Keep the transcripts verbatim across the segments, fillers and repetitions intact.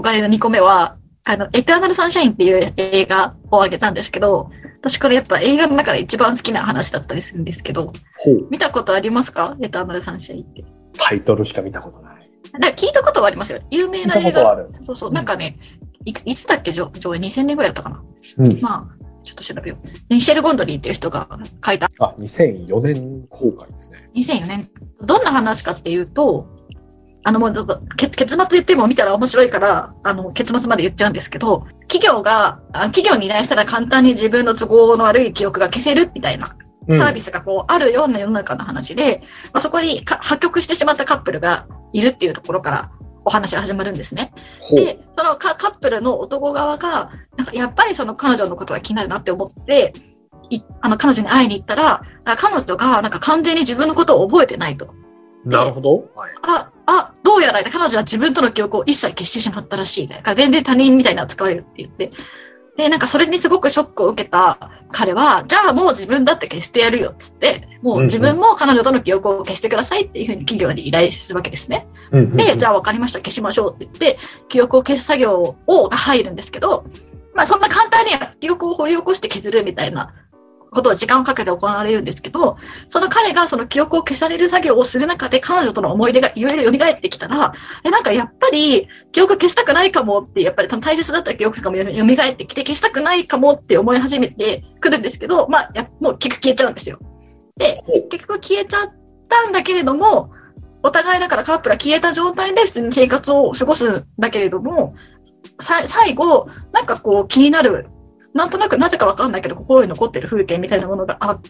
憧れのにこめは、あの、エターナルサンシャインっていう映画を挙げたんですけど、私これやっぱ映画の中で一番好きな話だったりするんですけど、 ほう。 見たことありますか？エターナルサンシャインって。 タイトルしか見たことない。 だから聞いたことはありますよ。有名な映画。 聞いたことある。 そうそう。なんかね、いついつだっけ上映にせんねんぐらいだったかな。 うん。 まあ、ちょっと調べよう。ミシェル・ゴンドリーっていう人が書いた。 あ、にせんよねん公開ですね。 にせんよねん。どんな話かっていうと、あのもう結末言っても見たら面白いから、あの結末まで言っちゃうんですけど、企業が、企業に依頼したら簡単に自分の都合の悪い記憶が消せるみたいなサービスがこうあるような世の中の話で、まあ、そこに破局してしまったカップルがいるっていうところからお話が始まるんですね。で、そのカップルの男側が、なんかやっぱりその彼女のことが気になるなって思って、いあの彼女に会いに行ったら、彼女がなんか完全に自分のことを覚えてないと。 なるほど。 はい、あ、あ、どうやら彼女は自分との記憶を一切消してしまったらしい。だから全然他人みたいな扱われるって言って。で、なんかそれにすごくショックを受けた彼は、じゃあもう自分だって消してやるよっつって、もう自分も彼女との記憶を消してくださいっていうふうに企業に依頼するわけですね。うんうんうん、で、じゃあ分かりました、消しましょうって言って、記憶を消す作業をが入るんですけど、まあそんな簡単には記憶を掘り起こして削るみたいなことを時間をかけて行われるんですけど、その彼がその記憶を消される作業をする中で彼女との思い出がいろいろ蘇ってきたら、え、なんかやっぱり記憶消したくないかもって、やっぱり大切だった記憶とかも蘇ってきて消したくないかもって思い始めてくるんですけど、まあやもう結局消えちゃうんですよ。で、結局消えちゃったんだけれども、お互いだからカップルは消えた状態で普通に生活を過ごすんだけれども、さ最後、なんかこう気になる、なんとなくなぜかわかんないけど心に残ってる風景みたいなものがあって、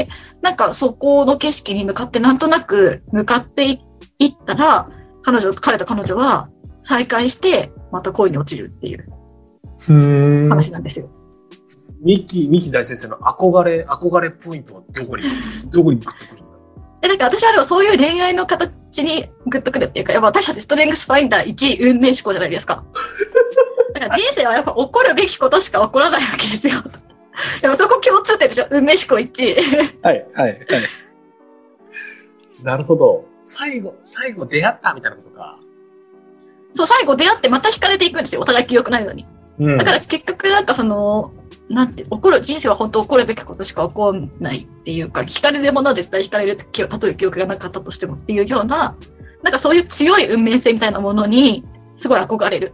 なんかそこの景色に向かってなんとなく向かっていったら、彼女、彼と彼女は再会してまた恋に落ちるっていう話なんですよ。 ミキ、ミキ大先生の憧れ、憧れポイントはどこに、どこにグッとくるんですか？ え、なんか私はでもそういう恋愛の形にグッとくるっていうか、やっぱ私たちストレングスファインダーいちい運命思考じゃないですか。だから人生はやっぱ起こるべきことしか起こらないわけですよ。男共通点でしょ、運命思考いちい。 はい、はい、はい。なるほど。最後、最後出会ったみたいなことか。 そう、最後出会ってまた惹かれていくんですよ。お互い記憶ないのに。うん、だから結局なんかその、なんて、起こる、人生は本当起こるべきことしか起こらないっていうか、惹かれるものは絶対惹かれるって、例え記憶がなかったとしてもっていうような、なんかそういう強い運命性みたいなものに、すごい憧れる。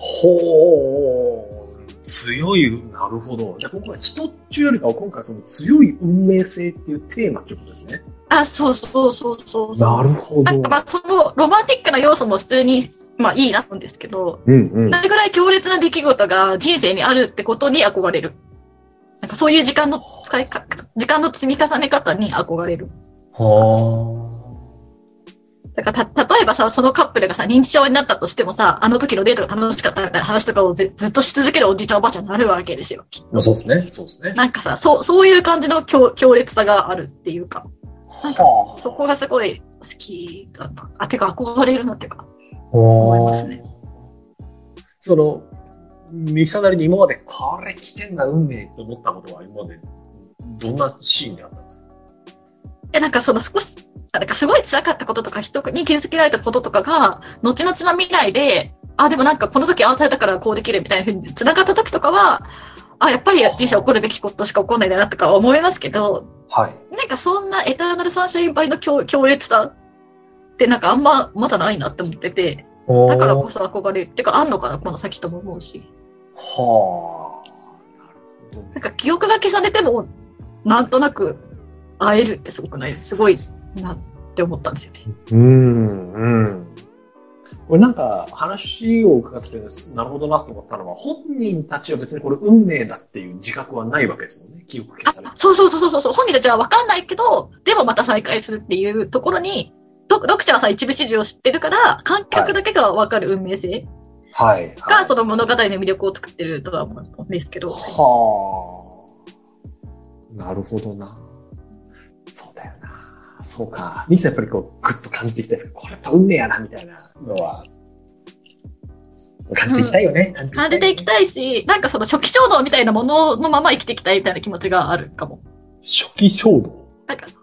ほー、強い、なるほど。じゃあ今回人っていうよりかは今回その強い運命性っていうテーマってことですね。 あ、そうそうそうそうそう。なるほど。 なんかまあそのロマンティックな要素も普通にまあいいなと思うんですけど、 うんうん、 それぐらい強烈な出来事が人生にあるってことに憧れる。なんかそういう時間の使いか、時間の積み重ね方に憧れる。 はあ。 だからた、例えばさ、そのカップルがさ、認知症になったとしてもさ、あの時のデートが楽しかったみたいな話とかをずっとし続けるおじいちゃんおばあちゃんになるわけですよ。 まあ、そうですね。そうですね。 なんかさ、そう、そういう感じの 強, 強烈さがあるっていうか、なんかそこがすごい好きだな。あ、てか憧れるなっていうか、思いますね。 その、ミキさんなりに今までこれ来てんな運命と思ったことは今までどんなシーンであったんですか？ え、なんかその少し、なんかすごい辛かったこととか人に傷つけられたこととかが後々の未来で、あ、でもなんかこの時合わされたからこうできるみたいな風に繋がった時とかは、あ、やっぱり人生起こるべきことしか起こらないんだなとか思いますけど、 はい。 なんかそんなエターナルサンシャインバイの 強, 強烈さってなんかあんままだないなって思ってて、だからこそ憧れるっていうかあんのかなこの先とも思うし。 はあ、なるほど、ね。 なんか記憶が消されてもなんとなく会えるってすごくないすごいなって思ったんですよね。 うんうん。これなんか話を伺っててなるほどなと思ったのは本人たちは別にこれ運命だっていう自覚はないわけですもんね。記憶消されて。 そうそうそうそうそう。本人たちは分かんないけどでもまた再会するっていうところに読者はさ一部始終を知ってるから観客だけが分かる運命性。 はいはい、 がその物語の魅力を作ってるとは思うんですけど。 はあ、なるほどな。そうだよな。そうか。ミキさんやっぱりこうグッと感じていきたいですか。これやっぱ運命やなみたいなのは感じていきたいよね。 うん、感じていきたいし、なんかその初期衝動みたいなもののまま生きていきたいみたいな気持ちがあるかも。 初期衝動。 なんか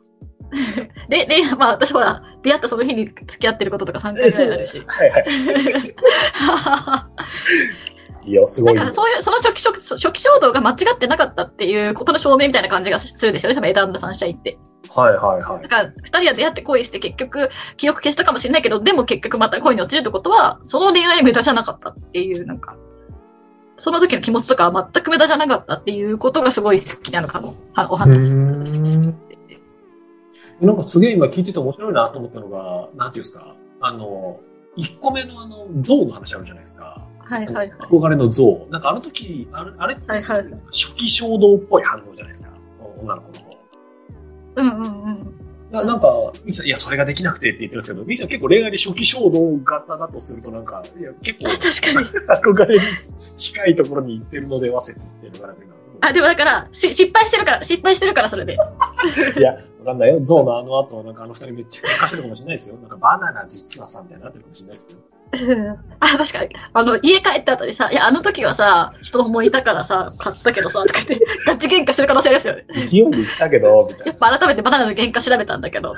で、で、まあ私ほら、出会ったその日に付き合ってることとかさんかいぐらいあるし。 はいはい。いや、すごい。 なんかそういう、その初期、初期初期衝動が間違ってなかったっていうことの証明みたいな感じがするんですよね、多分枝野さん社員って。 はいはいはい。 だから、二人は出会って恋して結局、記憶消したかもしれないけど、でも結局また恋に落ちるってことは、その恋愛無駄じゃなかったっていう、なんか、その時の気持ちとかは全く無駄じゃなかったっていうことがすごい好きなのかも、お話。 なんかすげえ今聞いてて面白いなと思ったのが、なんていうんですか、あの、一個目のあの、象の話あるじゃないですか。 はいはいはい。 憧れの象。なんかあの時、あれ、あれって初期衝動っぽい反応じゃないですか。女の子の方。 うんうんうん。 な, なんか、ミキさん、いや、それができなくてって言ってるんですけど、ミキさん結構恋愛で初期衝動型だとするとなんか、いや、結構、 確かに憧れに近いところに行ってるのでは説っていうのがなんかあ、でもだから、し失敗してるから、失敗してるから、それで。 いや、わかんないよ。象のあの後、なんかあの二人めっちゃ喧嘩してるかもしれないですよ。なんかバナナ実はさ、みたいになってるかもしれないですよ。 あ、確かに。あの、家帰った後にさ、いや、あの時はさ、人もいたからさ、買ったけどさ、とか言って、ガチ喧嘩してる可能性ありますよね。 勢いで言ったけど、みたいな。 やっぱ改めてバナナの原価調べたんだけど。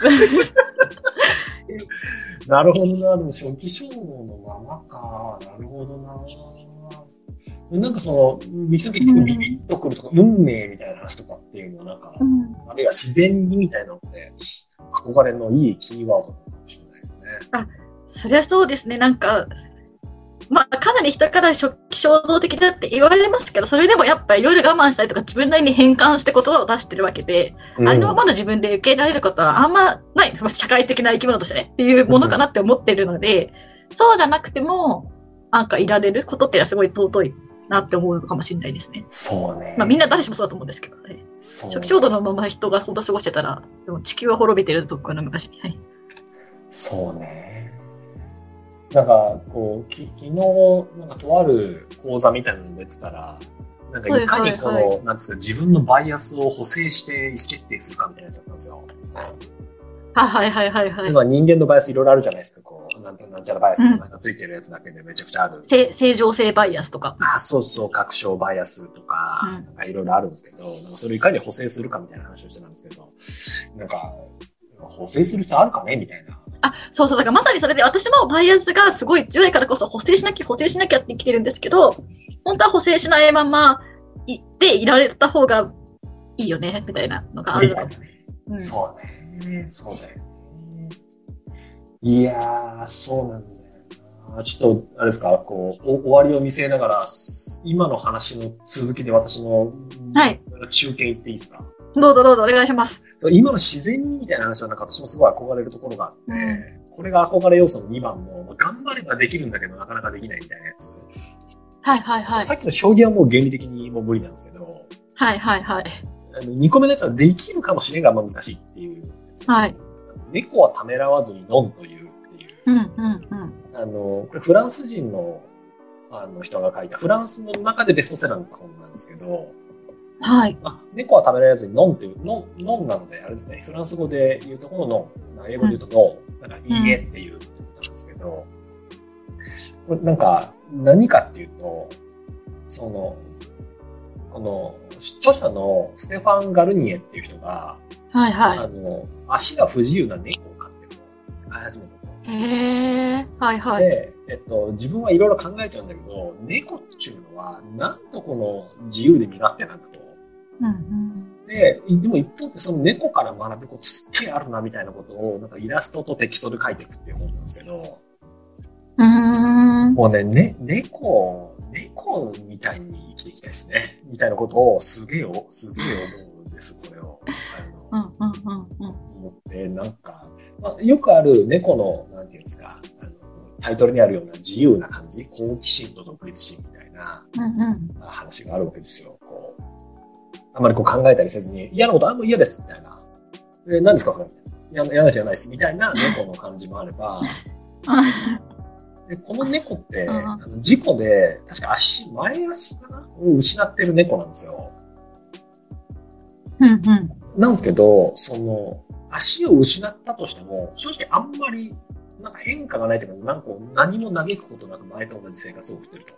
なるほどな。でも初期衝動のままか。なるほどな。なんかその、ミキさん結局ビビッとくるとか、運命みたいな話とかっていうのはなんか、うん、あるいは自然にみたいなのって、憧れのいいキーワードかもしれないですね。 あ、そりゃそうですね。なんか、まあ、かなり人から初期衝動的だって言われますけど、それでもやっぱいろいろ我慢したりとか自分なりに変換して言葉を出してるわけで、うん、ありのままの自分で受け入れられることはあんまない、社会的な生き物としてね、っていうものかなって思ってるので、うん、そうじゃなくても、なんかいられることっていうのはすごい尊いなって思うかもしれないですね。 そうね。 まあみんな誰しもそうだと思うんですけどね。初期衝動のまま人がほんと過ごしてたら、でも地球は滅びてるとこの昔に。はい。 そうね。なんか、こう、き昨日、なんかとある講座みたいなの出てたら、なんかいかにこの、はいはいはい、なんですか、自分のバイアスを補正して意思決定するかみたいなやつだったんですよ。 はいはいはいはい。 今人間のバイアスいろいろあるじゃないですか、こう、なんとなんちゃらバイアスとかなんかついてるやつだけでめちゃくちゃある。 うん、正常性バイアスとか。 あ、そうそう、確証バイアスとか、うん、なんかいろいろあるんですけど、なんかそれをいかに補正するかみたいな話をしてたんですけど、なんか、補正する必要あるかねみたいな。 あ、そうそう、だからまさにそれで私もバイアスがすごい強いからこそ補正しなきゃ補正しなきゃって生きてるんですけど、本当は補正しないままいっていられた方がいいよね、みたいなのがある。 うん、そうね。そうだよね。いやー、そうなんだよな。ちょっと、あれですか、こう、終わりを見据えながら、今の話の続きで私の、 はい、 中継行っていいですか？ どうぞどうぞお願いします。 今の自然にみたいな話はなんか私もすごい憧れるところがあって、うん、これが憧れ要素のにばんの、頑張ればできるんだけどなかなかできないみたいなやつ。 はいはいはい。 さっきの将棋はもう原理的にもう無理なんですけど、 はいはいはい。 あのにこめのやつはできるかもしれんが難しいっていう。 はい。 猫はためらわずにノンというっていう。 うんうんうん。 あの、これフランス人のあの人が書いた、フランスの中でベストセラーの本なんですけど、 はい。 あ、猫は食べられずにノンっていう、ノン、ノンなので、あれですね、フランス語で言うとこのノン、英語で言うとノー、うん、なんかいいえっていうことなんですけど、これなんか何かっていうと、その、この著者のステファン・ガルニエっていう人が、 はいはい。 あの、足が不自由な猫を飼ってると、飼い始めたと。 へー、はいはい。 で、えっと、自分はいろいろ考えちゃうんだけど、猫っていうのは、なんとこの自由で身勝手なんだと。 うんうん、 で、でも一方でその猫から学ぶことすっげえあるなみたいなことを、なんかイラストとテキストで書いていくっていう本なんですけど、 うーんもうね、ね、猫、猫みたいに生きていきたいですね。みたいなことをすげえ、すげえ思うんです、これを。 あのうんうんうんうん、 思って、なんか、まあ、よくある猫の、なんていうんですか、あのタイトルにあるような自由な感じ、好奇心と独立心みたいな話があるわけですよ。こうあまりこう考えたりせずに、嫌なことあんま嫌です、みたいな。で、何ですか、それ。嫌な嫌なじゃないです、みたいな猫の感じもあれば、でこの猫って、あの事故で、確か足、前足かなを失ってる猫なんですよ。 うんうん、 なんですけど、その、足を失ったとしても、正直あんまり、なんか変化がないというか、なんか何も嘆くことなく前と同じ生活を送ってると。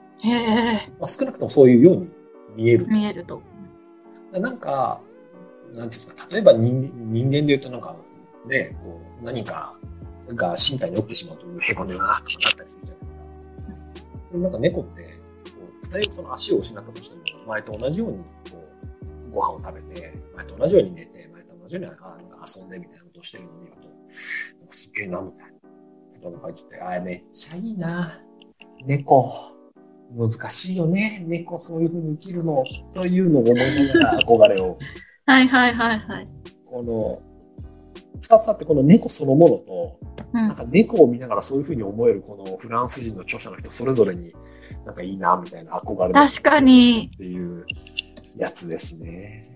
へー。 まあ、少なくともそういうように見えると。 見えると。 なんか、 ていうんですか、例えば人人間で言うとなんか、ね、こう、何か、が身体に起きてしまうと、へこんでるな、とかなったりするじゃないですか。でもなんか猫って、例えばその足を失ったとしても、前と同じように、こう、ご飯を食べて、前と同じように寝て、前と同じようになんか遊んでみたいなことをしてるのを見ると、なんかすっげえな、みたいなことが書いてて、あ、めっちゃいいな。猫。難しいよね。猫そういう風に生きるの、というのを思いながら憧れを。 はいはいはいはい。 この、二つあって、この猫そのものと、 うん、 なんか猫を見ながらそういう風に思えるこのフランス人の著者の人それぞれになんかいいなみたいな憧れ確かにっていうやつですね。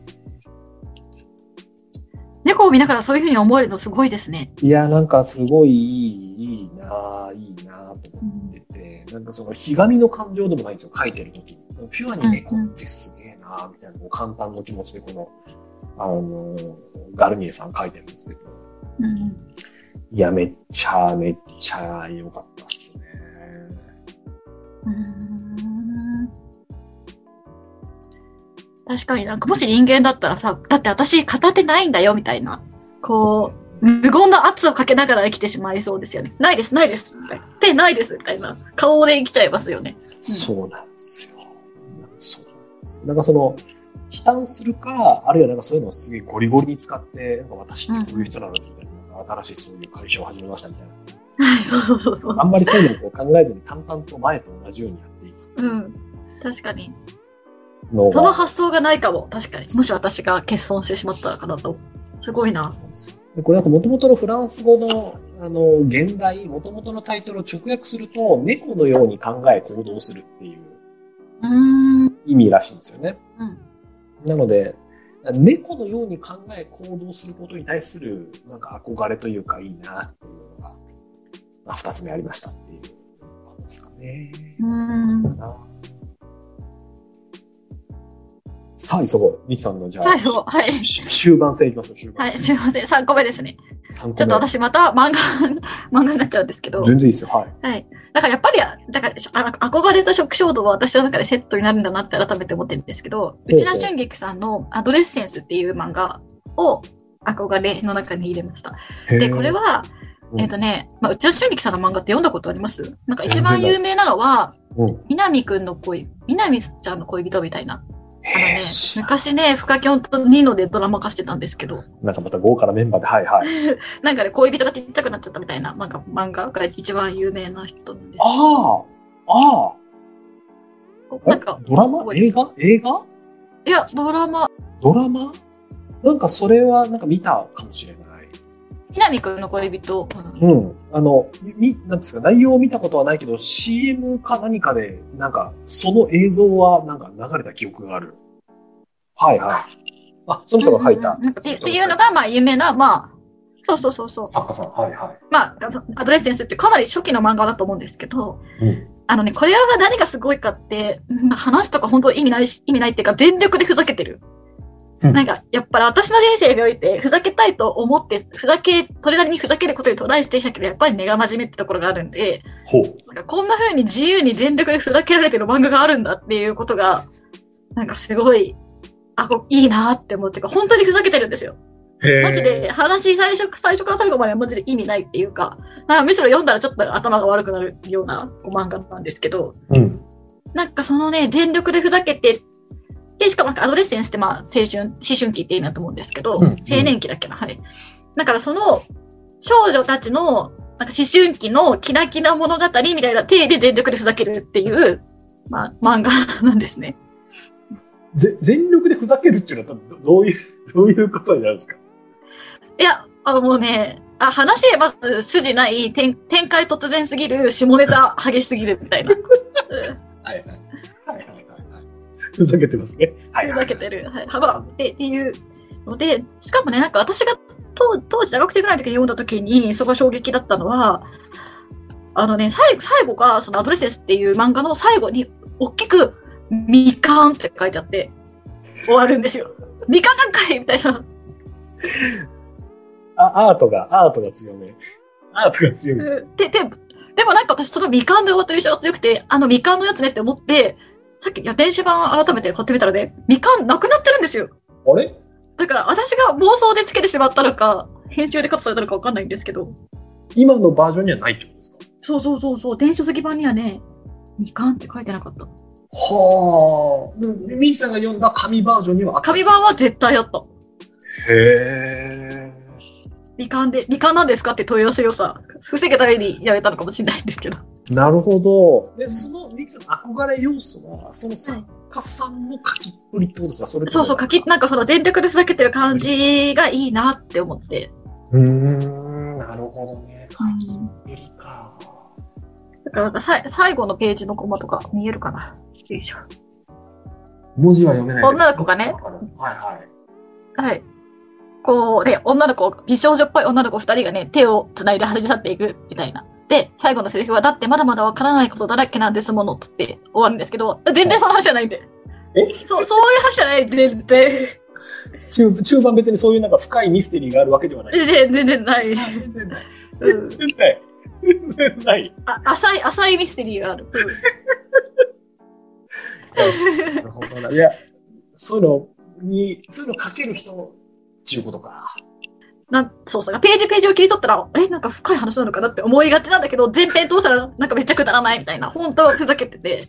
猫を見ながらそういう風に思えるのすごいですね。 いや、なんかすごいいい、いいな、いいなと思ってて、うん、なんかそのひがみの感情でもないんですよ、書いてる時に。ピュアに猫ってすげえなみたいな、こう簡単な気持ちでこの、あの、ガルニエさん書いてるんですけど。 うん、 いや、めっちゃ、めっちゃ良かったっすね。 うーん、確かになんかもし人間だったらさ、だって私片手ないんだよみたいな、こう、無言の圧をかけながら生きてしまいそうですよね。ないです、ないです。手ないですみたいな顔で生きちゃいますよね。 うん、そうなんですよ。そうなんですよ。なんかその、悲嘆するか、あるいはなんかそういうのをすげえゴリゴリに使って、なんか私ってこういう人なのみたいな、うん、新しいそういう会社を始めましたみたいな。 はい、そうそうそう。 あんまりそういうのを考えずに淡々と前と同じようにやっていく。 うん。確かに。その発想がないかも。確かに。もし私が欠損してしまったらかなと。すごいな。 これなんか元々のフランス語の、あの、現代、元々のタイトルを直訳すると、猫のように考え行動するっていう意味らしいんですよね。 うん。 なので、猫のように考え行動することに対する、なんか憧れというかいいなっていうのが、まあ、二つ目ありましたっていうことですかね。 うん。 さあ、急ごう。ミキさんのじゃあ、 最後、はい。 終盤戦いきましょう、終盤戦。 はい、すいません。さんこめですね。 さんこめ。 ちょっと私また漫画、漫画になっちゃうんですけど。 全然いいですよ、はい。 はい。だからやっぱり、だから憧れと食衝動は私の中でセットになるんだなって改めて思ってるんですけど、内田俊劇さんのアドレッセンスっていう漫画を憧れの中に入れました。で、これは、えっとね、まあ、内田俊劇さんの漫画って読んだことあります？なんか一番有名なのは、南くんの恋、南ちゃんの恋人みたいな。あのね、昔ね、フカキョンとニノでドラマ化してたんですけど。 なんかまた豪華なメンバーで、はいはい。 なんかね、恋人がちっちゃくなっちゃったみたいな、なんか漫画が一番有名な人なんです。 ああああなんかドラマ映画映画いや、ドラマ。 ドラマなんかそれはなんか見たかもしれない。 南くんの恋人。 うん。うん、あの、み、なんですか、内容を見たことはないけど、シーエム か何かで、なんか、その映像はなんか流れた記憶がある。はいはい。あ、その人が書いた。 うんうんうん、っていうのが、まあ、有名な、まあ、そうそうそうそう。 作家さん。はいはい。 まあ、アドレッセンスってかなり初期の漫画だと思うんですけど、 うん、 あのね、これは何がすごいかって、話とか本当意味ないし、意味ないっていうか、全力でふざけてる。うん、なんか、やっぱり私の人生において、ふざけたいと思って、ふざけ、それなりにふざけることにトライしてきたけど、やっぱり根が真面目ってところがあるんで、 ほう。 なんかこんな風に自由に全力でふざけられてる漫画があるんだっていうことが、なんかすごい、あ、こいいなって思ってか、本当にふざけてるんですよ。マジで、話最初、最初から最後まではマジで意味ないっていうか、なんかむしろ読んだらちょっと頭が悪くなるようなこう漫画なんですけど、 うん、 なんかそのね、全力でふざけて、で、しかもなんかアドレッセンスってまあ青春、思春期っていいなと思うんですけど、うんうん、青年期だっけな、はい。だからその少女たちのなんか思春期のキラキラ物語みたいな体で全力でふざけるっていう、まあ、漫画なんですね。 ぜ全力でふざけるっていうのはどういう、どういうことになるんですか？ いや、あのもうね、あ話まず筋ない展、展開突然すぎる、下ネタ激しすぎるみたいな。 はいはい。はいはい。ふざけてますね。 はい、ふざけてる。はい。幅っていうので、しかもね、なんか私が当当時大学生ぐらいの時に読んだ時に、そこが衝撃だったのは、あのね、最後、最後が、そのアドレセンスっていう漫画の最後に、大きく、みかんって書いてあって、終わるんですよ。みかんなんかいみたいな。 あ、アートが、アートが強め。アートが強い。 で、で、でもなんか私、そのみかんで終わってる印象が強くて、あのみかんのやつねって思って、さっき、いや、電子版改めて買ってみたらね、みかんなくなってるんですよ。 あれだから私が妄想でつけてしまったのか、編集でカットされたのかわかんないんですけど。 今のバージョンにはないってことですか？ そうそうそうそう。電子書籍版にはね、みかんって書いてなかった。 はあ。でも、ミキさんが読んだ紙バージョンにはあった。 紙版は絶対あった。 へー。 みかんで、みかんなんですかって問い合わせをさ、防ぐためにやめたのかもしれないんですけど。 なるほど。で、そのミキさんの憧れ要素は、その作家さんの書きっぷりってことですか？それともそうそう、書き、なんかその全力でふざけてる感じがいいなって思って。 うーん、なるほどね。書きっぷりか。 だからなんかさ最後のページのコマとか見えるかな。よいしょ。 文字は読めない。 女の子がね。 はいはい。 はい。こうね、女の子、美少女っぽい女の子二人がね、手を繋いで走り去っていくみたいな。で、最後のセリフは、だってまだまだわからないことだらけなんですものって言って終わるんですけど、全然その話じゃないんで。 えそう、そういう話じゃない、全然。 中, 中盤別にそういうなんか深いミステリーがあるわけではない。 全然、全然ない。 全然ない。全然ない。全然ない。 あ、浅い、浅いミステリーがある。 なるほどな。いや、そういうのに、そういうの書ける人っていうことか。 なそうそう。ページページを切り取ったら、え、なんか深い話なのかなって思いがちなんだけど、前編通したらなんかめっちゃくだらないみたいな。本当ふざけてて。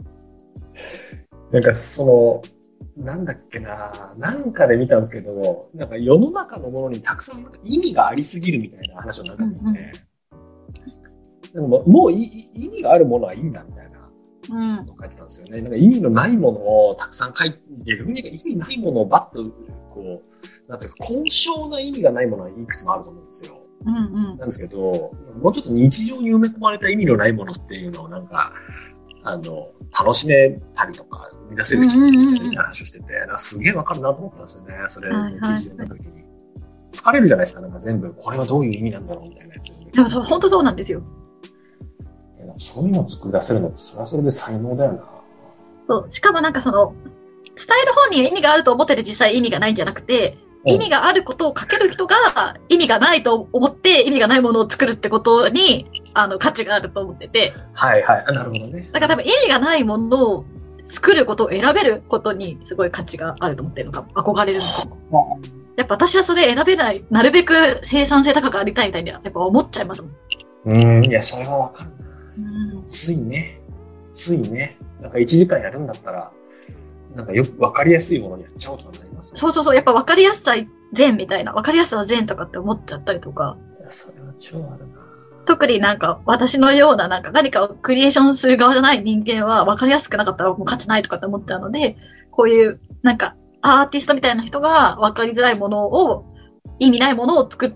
なんかその、なんだっけな、なんかで見たんですけど、なんか世の中のものにたくさん意味がありすぎるみたいな話をなんか見て、うんうん、なんかもう意味があるものはいいんだみたいな。うん、書いてたんですよね。なんか意味のないものをたくさん書いて、逆に意味ないものをバッとこう、なんていうか高尚な意味がないものはいくつもあると思うんですよ。うんうん、なんですけど、もうちょっと日常に埋め込まれた意味のないものっていうのをなんかあの楽しめたりとか生み出せる人がいるみたいな話をしてて、なんかすげえわかるなと思ったんですよね。それを記事読んだ時に、はいはい、疲れるじゃないですか。なんか全部これはどういう意味なんだろうみたいなやつ。 でもそう本当そうなんですよ。 そういうのを作り出せるのってそれはそれで才能だよな。 そう。しかもなんかその、伝える本に意味があると思ってて実際意味がないんじゃなくて、意味があることを書ける人が意味がないと思って意味がないものを作るってことに、あの、価値があると思ってて。 はいはい。なるほどね。 だから多分意味がないものを作ることを選べることにすごい価値があると思ってるのか、憧れるのかも。やっぱ私はそれ選べない、なるべく生産性高くありたいみたいにやっぱ思っちゃいますもん。 うん、いや、それはわかるな。うん、ついね、ついね、なんかいちじかんやるんだったら、なんかよくわかりやすいものにやっちゃおうとかなります、ね。 そうそうそう、やっぱわかりやすさ善みたいな、わかりやすさは善とかって思っちゃったりとか。 いや、それは超あるな。 特になんか私のようななんか何かをクリエーションする側じゃない人間はわかりやすくなかったらもう価値ないとかって思っちゃうので、こういうなんかアーティストみたいな人がわかりづらいものを、意味ないものを作って、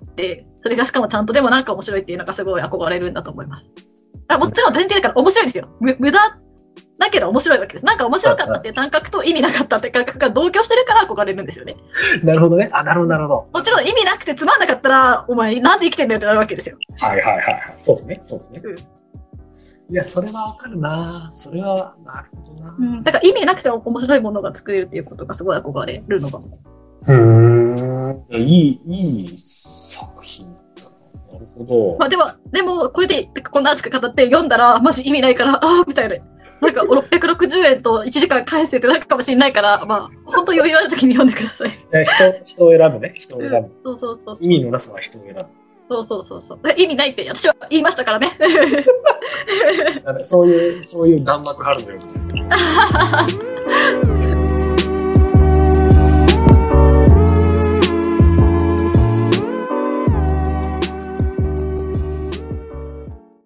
それがしかもちゃんとでもなんか面白いっていうのがすごい憧れるんだと思います。あ、もちろん前提だから面白いですよ。無駄だけど面白いわけです。なんか面白かったっていう感覚と意味なかったって感覚が同居してるから憧れるんですよね。 なるほどね。あ、なるほど、なるほど。 もちろん意味なくてつまんなかったら、お前なんで生きてんだよってなるわけですよ。 はいはいはいはい。そうですね。そうですね。うん、いや、それはわかるな。それは、なるほどな。 うん。だから意味なくて面白いものが作れるっていうことがすごい憧れるのが。 うーん。いい、いい作品。なるほど。 まあでも、でも、これでこんな熱く語って読んだら、マジ意味ないから、ああ、みたいな。なんかろっぴゃくろくじゅうえんといちじかん返せってなるかもしれないから、まあ、本当余裕あるときに読んでください。 人、人を選ぶね。人を選ぶ。 そうそうそうそう。 意味のなさは人を選ぶ。 そうそうそうそう。意味ないって私は言いましたからね。 そういう、そういう弾幕あるのよ。